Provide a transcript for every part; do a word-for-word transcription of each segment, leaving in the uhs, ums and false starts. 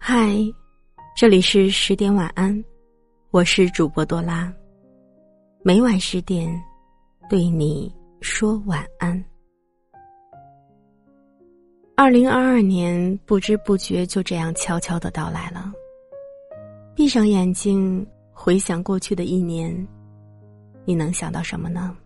嗨，这里是十点晚安，我是主播多拉。每晚十点，对你说晚安。二零二二年不知不觉就这样悄悄地到来了。闭上眼睛，回想过去的一年，你能想到什么呢？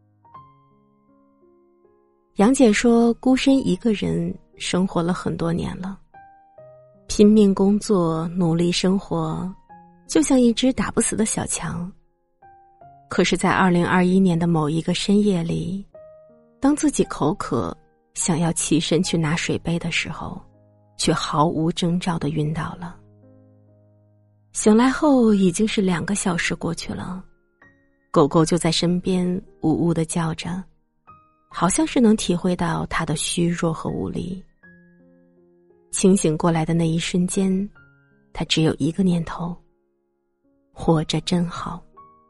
杨姐说，孤身一个人生活了很多年了，拼命工作，努力生活，就像一只打不死的小强。可是在二零二一年的某一个深夜里，当自己口渴，想要起身去拿水杯的时候，却毫无征兆地晕倒了。醒来后已经是两个小时过去了，狗狗就在身边呜呜地叫着，好像是能体会到它的虚弱和无力。清醒过来的那一瞬间，他只有一个念头：活着真好。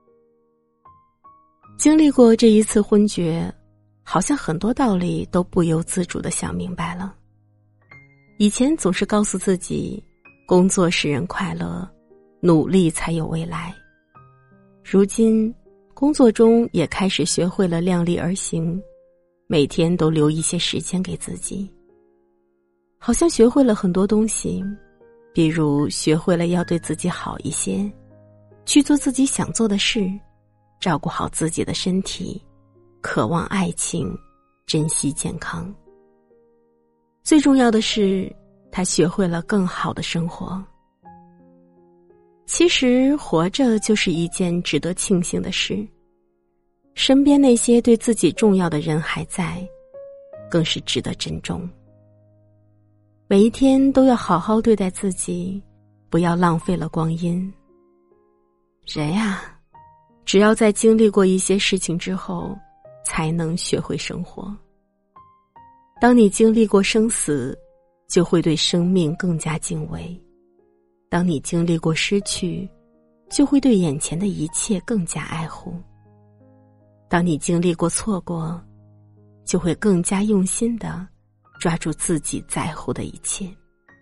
经历过这一次昏厥，好像很多道理都不由自主地想明白了。以前总是告诉自己，工作使人快乐，努力才有未来。如今，工作中也开始学会了量力而行，每天都留一些时间给自己。好像学会了很多东西，比如学会了要对自己好一些，去做自己想做的事，照顾好自己的身体，渴望爱情，珍惜健康。最重要的是，他学会了更好的生活。其实活着就是一件值得庆幸的事，身边那些对自己重要的人还在，更是值得珍重。每一天都要好好对待自己，不要浪费了光阴。人呀，只要在经历过一些事情之后，才能学会生活。当你经历过生死，就会对生命更加敬畏。当你经历过失去，就会对眼前的一切更加爱护。当你经历过错过，就会更加用心地抓住自己在乎的一切。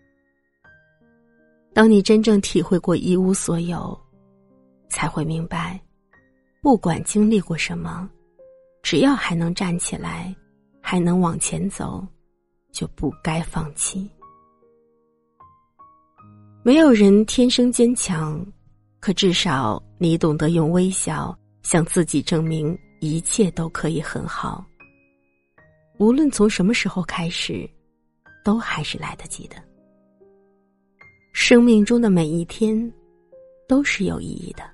当你真正体会过一无所有，才会明白，不管经历过什么，只要还能站起来，还能往前走，就不该放弃。没有人天生坚强，可至少你懂得用微笑向自己证明一切都可以很好。无论从什么时候开始，都还是来得及的。生命中的每一天都是有意义的。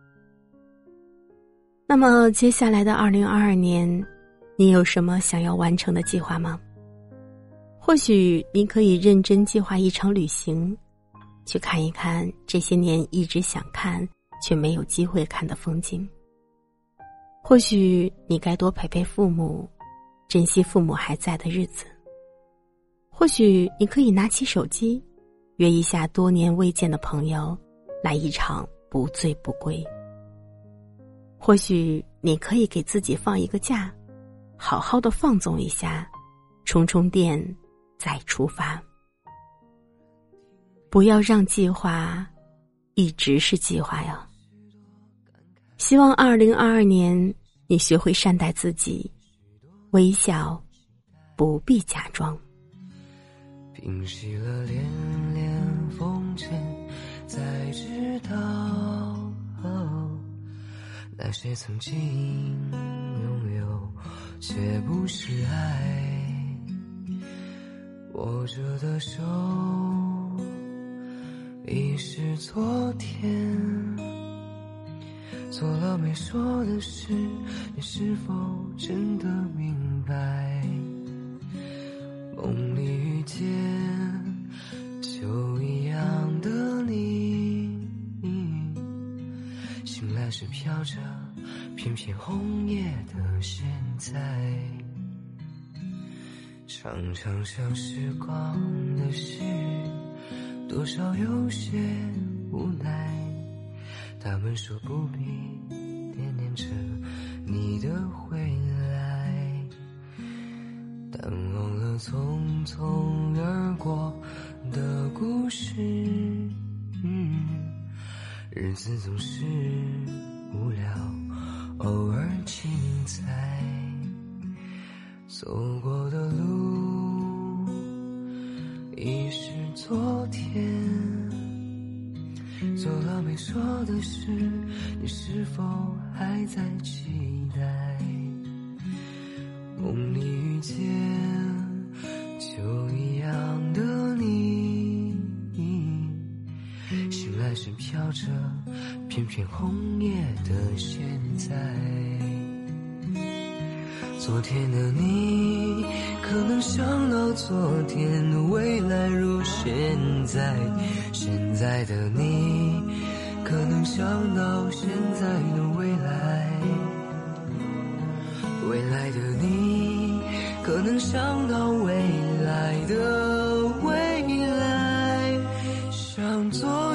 那么接下来的二零二二年，你有什么想要完成的计划吗？或许你可以认真计划一场旅行，去看一看这些年一直想看却没有机会看的风景。或许你该多陪陪父母，珍惜父母还在的日子。或许你可以拿起手机，约一下多年未见的朋友，来一场不醉不归。或许你可以给自己放一个假，好好的放纵一下，充充电，再出发。不要让计划一直是计划呀。希望二零二二年你学会善待自己，微笑，不必假装。 平息了连连风尘，才知道、哦、那些曾经拥有却不是爱。握着的手已是昨天，做了没说的事，你是否真的明白？梦里遇见就一样的你，醒来时飘着片片红叶的现在，常常想时光的事，多少有些无奈。他们说不必惦念着你的回来，淡忘了匆匆而过的故事， 日子总是无聊，偶尔精彩。走过的路已是昨天，做了没说的事，你是否还在期待？梦里遇见就一样的你，醒来时飘着片片红叶的现在。昨天的你可能想到昨天的未来如现在，现在的你可能想到现在的未来，未来的你可能想到未来的未来，像昨